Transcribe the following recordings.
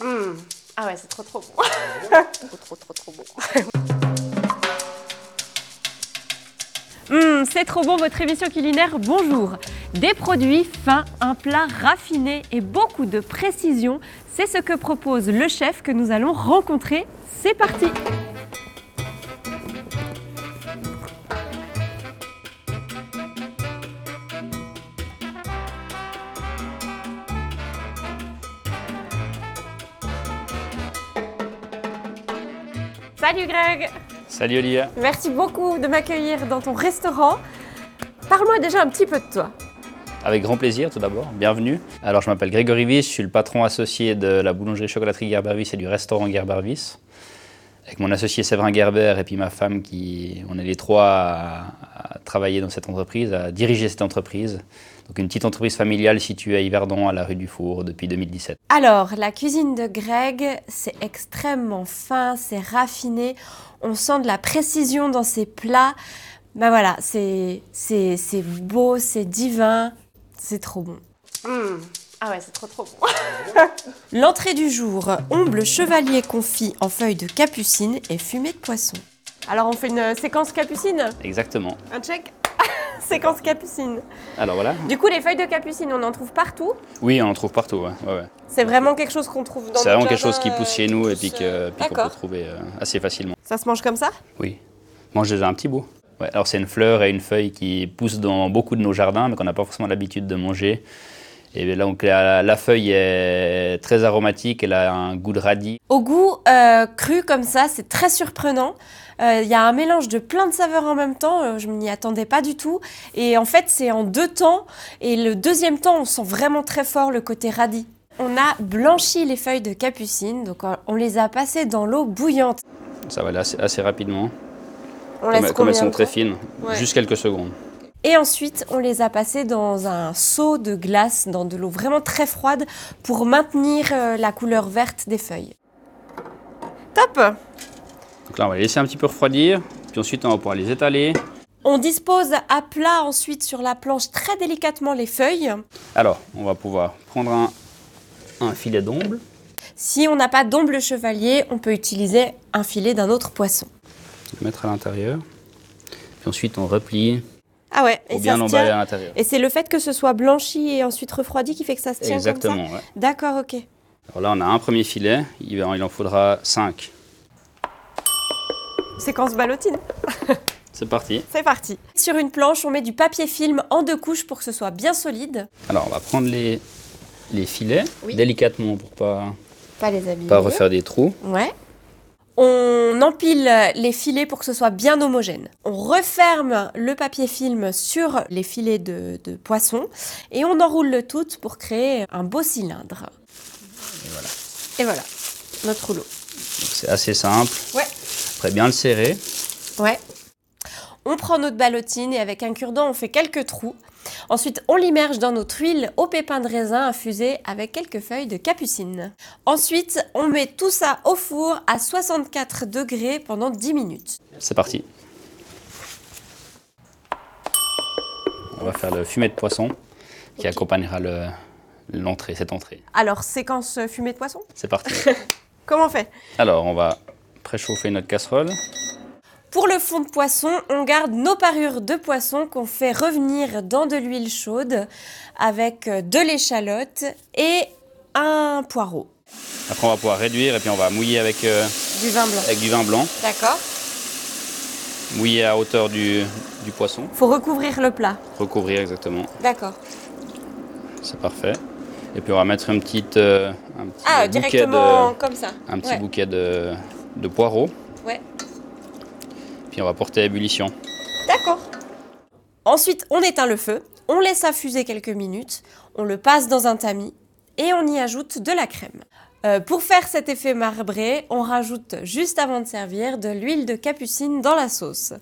Ah ouais, c'est trop bon. Trop bon. C'est trop bon votre émission culinaire, bonjour. Des produits fins, un plat raffiné et beaucoup de précision, c'est ce que propose le chef que nous allons rencontrer. C'est parti! Salut Greg! Salut Olivia. Merci beaucoup de m'accueillir dans ton restaurant. Parle-moi déjà un petit peu de toi. Avec grand plaisir tout d'abord, bienvenue. Alors je m'appelle Grégory Wyss, je suis le patron associé de la boulangerie-chocolaterie Gerber-Wyss et du restaurant Gerber-Wyss. Avec mon associé Séverin Gerber et puis ma femme, on est les trois à travailler dans cette entreprise, à diriger cette entreprise. Donc une petite entreprise familiale située à Yverdon, à la rue du Four, depuis 2017. Alors, la cuisine de Greg, c'est extrêmement fin, c'est raffiné. On sent de la précision dans ses plats. Ben voilà, c'est beau, c'est divin, c'est trop bon. Ah ouais, c'est trop bon. L'entrée du jour, omble chevalier confit en feuilles de capucine et fumée de poisson. Alors on fait une séquence capucine? Exactement. Un check. Séquence capucine. Alors voilà. Du coup, les feuilles de capucine, on en trouve partout? Oui, on en trouve partout. Ouais. C'est vraiment quelque chose qu'on trouve dans C'est vraiment quelque chose qui pousse chez nous et puis qu'on D'accord. peut trouver assez facilement. Ça se mange comme ça? Oui. Mange déjà un petit bout. Ouais, alors c'est une fleur et une feuille qui poussent dans beaucoup de nos jardins, mais qu'on n'a pas forcément l'habitude de manger. Et là, donc, la feuille est très aromatique, elle a un goût de radis. Au goût cru comme ça, c'est très surprenant. Il y a un mélange de plein de saveurs en même temps, je m'y attendais pas du tout. Et en fait, c'est en deux temps. Et le deuxième temps, on sent vraiment très fort le côté radis. On a blanchi les feuilles de capucine, donc on les a passées dans l'eau bouillante. Ça va aller assez rapidement. Comme elles sont très fines, juste quelques secondes. Et ensuite, on les a passées dans un seau de glace, dans de l'eau vraiment très froide, pour maintenir la couleur verte des feuilles. Top! Donc là, on va les laisser un petit peu refroidir, puis ensuite, on va pouvoir les étaler. On dispose à plat ensuite sur la planche très délicatement les feuilles. Alors, on va pouvoir prendre un filet d'omble. Si on n'a pas d'omble chevalier, on peut utiliser un filet d'un autre poisson. Le mettre à l'intérieur, puis ensuite, on replie. Ah ouais, et pour bien l'emballer à l'intérieur. Et c'est le fait que ce soit blanchi et ensuite refroidi qui fait que ça se tient Exactement, comme ça? ouais. D'accord, ok. Alors là, on a un premier filet, il en faudra 5. Séquence ballotine. C'est parti. C'est parti. Sur une planche, on met du papier film en 2 couches pour que ce soit bien solide. Alors, on va prendre les filets, délicatement pour pas les abîmer. pas refaire des trous. Ouais. On empile les filets pour que ce soit bien homogène. On referme le papier film sur les filets de poisson et on enroule le tout pour créer un beau cylindre. Et voilà, notre rouleau. C'est assez simple. Ouais. Après, bien le serrer. Ouais. On prend notre ballotine et avec un cure-dent, on fait quelques trous. Ensuite, on l'immerge dans notre huile au pépin de raisin infusée avec quelques feuilles de capucine. Ensuite, on met tout ça au four à 64 degrés pendant 10 minutes. C'est parti. On va faire le fumet de poisson qui accompagnera cette entrée. Alors, séquence fumée de poisson? C'est parti. Comment on fait? Alors, on va préchauffer notre casserole. Pour le fond de poisson, on garde nos parures de poisson qu'on fait revenir dans de l'huile chaude avec de l'échalote et un poireau. Après, on va pouvoir réduire et puis on va mouiller avec Du vin blanc. du vin blanc. D'accord. Mouiller à hauteur du poisson. Faut recouvrir le plat. Recouvrir exactement. D'accord. C'est parfait. Et puis on va mettre un petit directement comme ça. Un petit bouquet de poireaux. Ouais. Puis on va porter à ébullition. D'accord. Ensuite, on éteint le feu, on laisse infuser quelques minutes, on le passe dans un tamis et on y ajoute de la crème. Pour faire cet effet marbré, on rajoute juste avant de servir de l'huile de capucine dans la sauce.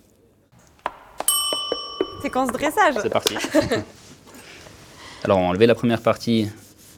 Séquence dressage. C'est parti. Alors on va enlever la première partie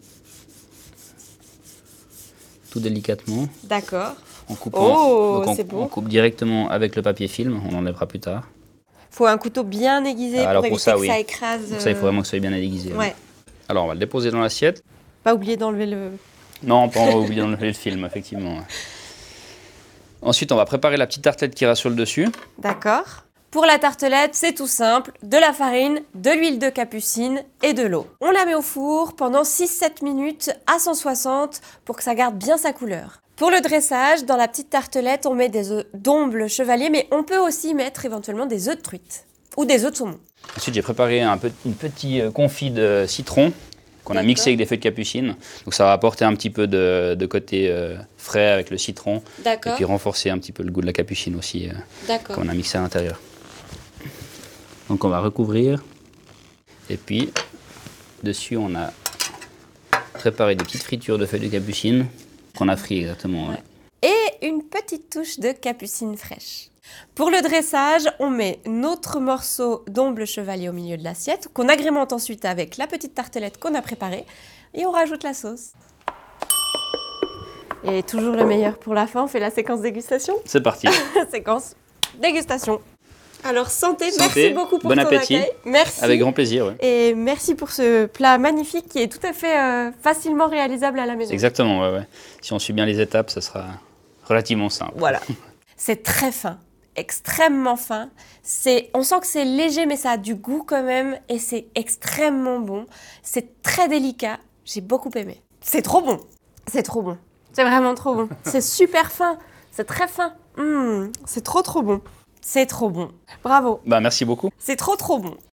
tout délicatement. D'accord. En coupant. C'est beau. On coupe directement avec le papier film, on enlèvera plus tard. Faut un couteau bien aiguisé pour éviter que ça écrase. Pour ça, il faut vraiment que ce soit bien aiguisé. Ouais. Alors on va le déposer dans l'assiette. Pas oublier d'enlever le Non, pas on va oublier d'enlever le film, effectivement. Ouais. Ensuite, on va préparer la petite tartelette qui ira sur le dessus. D'accord. Pour la tartelette, c'est tout simple, de la farine, de l'huile de capucine et de l'eau. On la met au four pendant 6-7 minutes à 160 pour que ça garde bien sa couleur. Pour le dressage, dans la petite tartelette, on met des œufs d'omble chevalier, mais on peut aussi mettre éventuellement des œufs de truite ou des œufs de saumon. Ensuite, j'ai préparé une petite confit de citron qu'on a mixé avec des feuilles de capucine. Donc ça va apporter un petit peu de côté frais avec le citron. D'accord. Et puis renforcer un petit peu le goût de la capucine aussi qu'on a mixé à l'intérieur. Donc on va recouvrir. Et puis dessus on a préparé des petites fritures de feuilles de capucine qu'on a frites exactement. Ouais. Et une petite touche de capucine fraîche. Pour le dressage, on met notre morceau d'omble chevalier au milieu de l'assiette, qu'on agrémente ensuite avec la petite tartelette qu'on a préparée, et on rajoute la sauce. Et toujours le meilleur pour la fin, on fait la séquence dégustation. C'est parti. Séquence dégustation. Alors santé, santé, merci beaucoup pour bon ton appétit. accueil. Merci. Avec grand plaisir. Ouais. Et merci pour ce plat magnifique qui est tout à fait facilement réalisable à la maison. Exactement, ouais. Si on suit bien les étapes, ça sera relativement simple. Voilà. C'est très fin. Extrêmement fin. On sent que c'est léger, mais ça a du goût quand même, et c'est extrêmement bon. C'est très délicat. J'ai beaucoup aimé. C'est trop bon. C'est trop bon. C'est vraiment trop bon. C'est super fin. C'est très fin. C'est trop bon. C'est trop bon. Bravo. Bah, merci beaucoup. C'est trop bon.